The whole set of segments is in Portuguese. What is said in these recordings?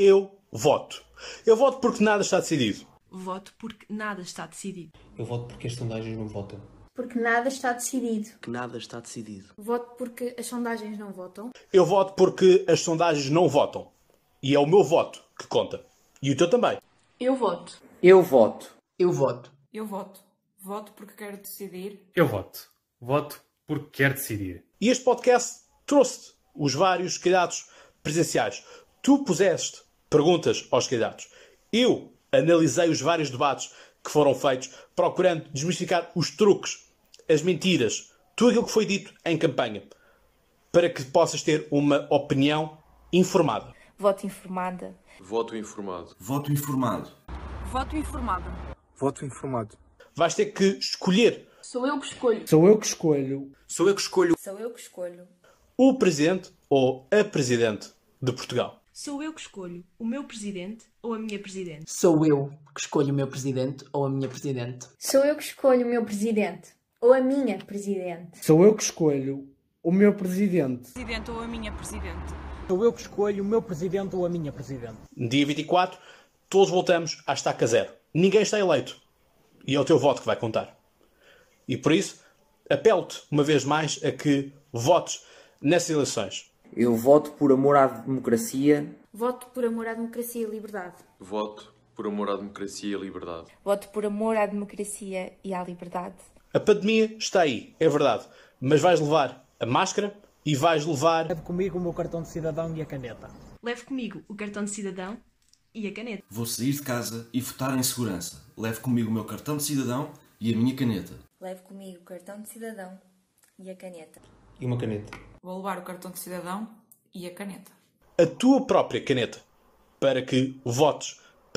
Eu voto. Eu voto porque nada está decidido. Voto porque nada está decidido. Eu voto porque as sondagens não votam. Porque nada está decidido. Que nada está decidido. Voto porque as sondagens não votam. Eu voto porque as sondagens não votam. E é o meu voto que conta. E o teu também. Eu voto. Eu voto. Eu voto. Eu voto. Voto porque quero decidir. Eu voto. Voto porque quero decidir. E este podcast trouxe-te os vários candidatos presenciais. Tu puseste perguntas aos candidatos. Eu analisei os vários debates que foram feitos, procurando desmistificar os truques, as mentiras, tudo aquilo que foi dito em campanha, para que possas ter uma opinião informada. Voto informada. Voto informado. Voto informado. Voto informado. Voto informado. Vais ter que escolher. Sou eu que escolho. Sou eu que escolho. Sou eu que escolho. Sou eu que escolho. O presidente ou a presidente de Portugal. Sou eu que escolho o meu presidente ou a minha presidente. Sou eu que escolho o meu presidente ou a minha presidente. Sou eu que escolho o meu presidente ou a minha presidente. Sou eu que escolho o meu presidente. Presidente ou a minha presidente. Sou eu que escolho o meu presidente ou a minha presidente. Dia 24, todos voltamos à estaca zero. Ninguém está eleito. E é o teu voto que vai contar. E por isso, apelo-te uma vez mais a que votes nessas eleições. Eu voto por amor à democracia. Voto por amor à democracia e liberdade. Voto por amor à democracia e liberdade. Voto por amor à democracia e à liberdade. A pandemia está aí, é verdade. Mas vais levar a máscara e vais levar... Leve comigo o meu cartão de cidadão e a caneta. Leve comigo o cartão de cidadão e a caneta. Vou sair de casa e votar em segurança. Levo comigo o meu cartão de cidadão e a minha caneta. Leve comigo o cartão de cidadão e a caneta. E uma caneta. Vou levar o cartão de cidadão e a caneta. a tua própria caneta para que votes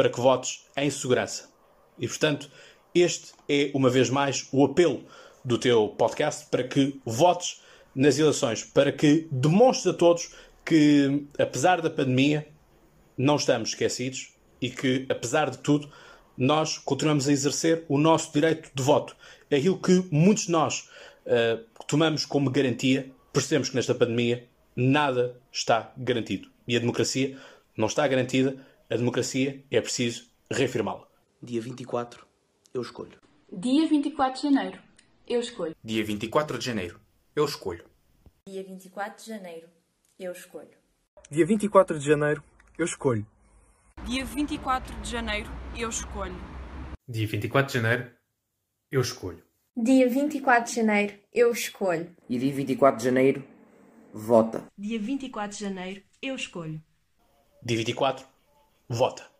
em segurança. E, portanto, este é, uma vez mais, o apelo do teu podcast para que votes nas eleições, para que demonstres a todos que, apesar da pandemia, não estamos esquecidos e que, apesar de tudo, nós continuamos a exercer o nosso direito de voto. É aquilo que muitos de nós tomamos como garantia. Percebemos que nesta pandemia nada está garantido. E a democracia não está garantida. A democracia é preciso reafirmá-la. Dia 24, eu escolho. Dia 24 de janeiro, eu escolho. Dia 24 de janeiro, eu escolho. Dia 24 de janeiro, eu escolho. Dia 24 de janeiro, eu escolho. Dia 24 de janeiro, eu escolho. Dia 24 de janeiro, eu escolho. Dia 24 de janeiro, eu escolho. E dia 24 de janeiro, vota. Dia 24 de janeiro, eu escolho. Dia 24, vota.